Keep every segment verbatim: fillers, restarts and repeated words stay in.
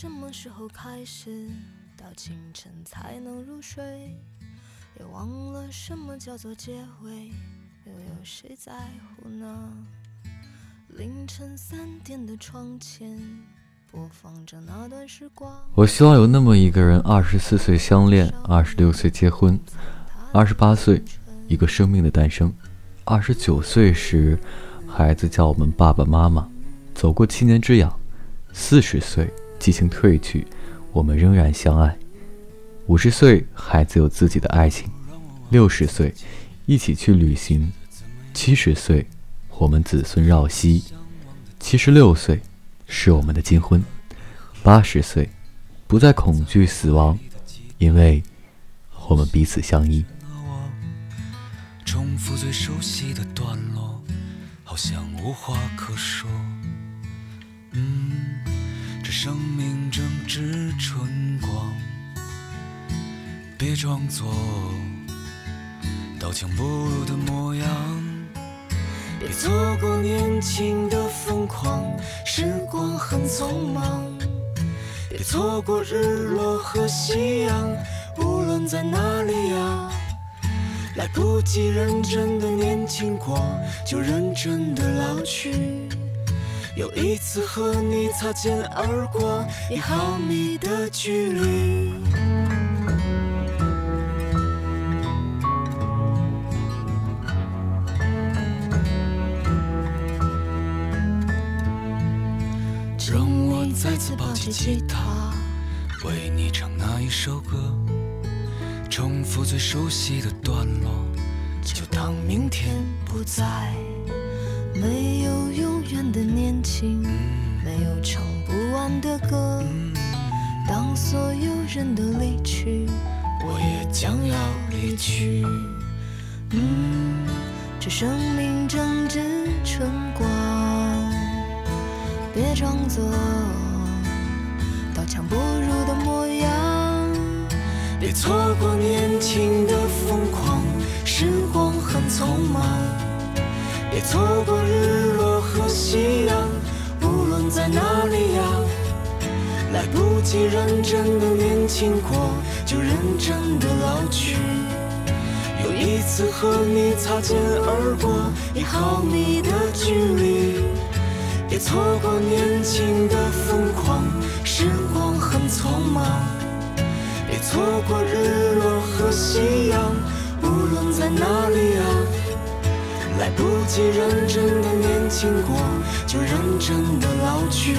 什么时候开始，到清晨才能入睡，也忘了什么叫做结尾，又有谁在乎呢？凌晨三点的窗前播放着那段时光。 我希望有那么一个人，二十四岁相恋，二十六岁结婚，二十八岁一个生命的诞生，二十九岁时孩子叫我们爸爸妈妈，走过七年之痒，四十岁激情褪去，我们仍然相爱，五十岁孩子有自己的爱情，六十岁一起去旅行，七十岁我们子孙绕膝，七十六岁是我们的金婚，八十岁不再恐惧死亡，因为我们彼此相依。 重复最熟悉的段落，好像无话可说。嗯，这生命正值春光，别装作刀枪不入的模样，别错过年轻的疯狂，时光很匆忙，别错过日落和夕阳，无论在哪里呀，来不及认真的年轻过，就认真的老去。有一次和你擦肩而过，一毫米的距离。让我再次抱起吉他，为你唱那一首歌，重复最熟悉的段落，就当明天不在。 没有永远的年轻，没有唱不完的歌，当所有人都离去， 我也将要离去。 嗯，这生命正值春光，别装作刀枪不入的模样， 别错过年轻的疯狂，时光很匆忙，别错过日落和夕阳，无论在哪里呀，来不及认真的年轻过，就认真的老去。有一次和你擦肩而过，一毫米的距离，别错过年轻的疯狂，时光很匆忙，别错过日落和夕阳，无论在哪里呀，来不及认真的年轻过，就认真的老去。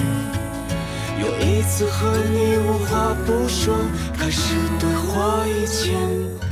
有一次和你无话不说，开始对话以前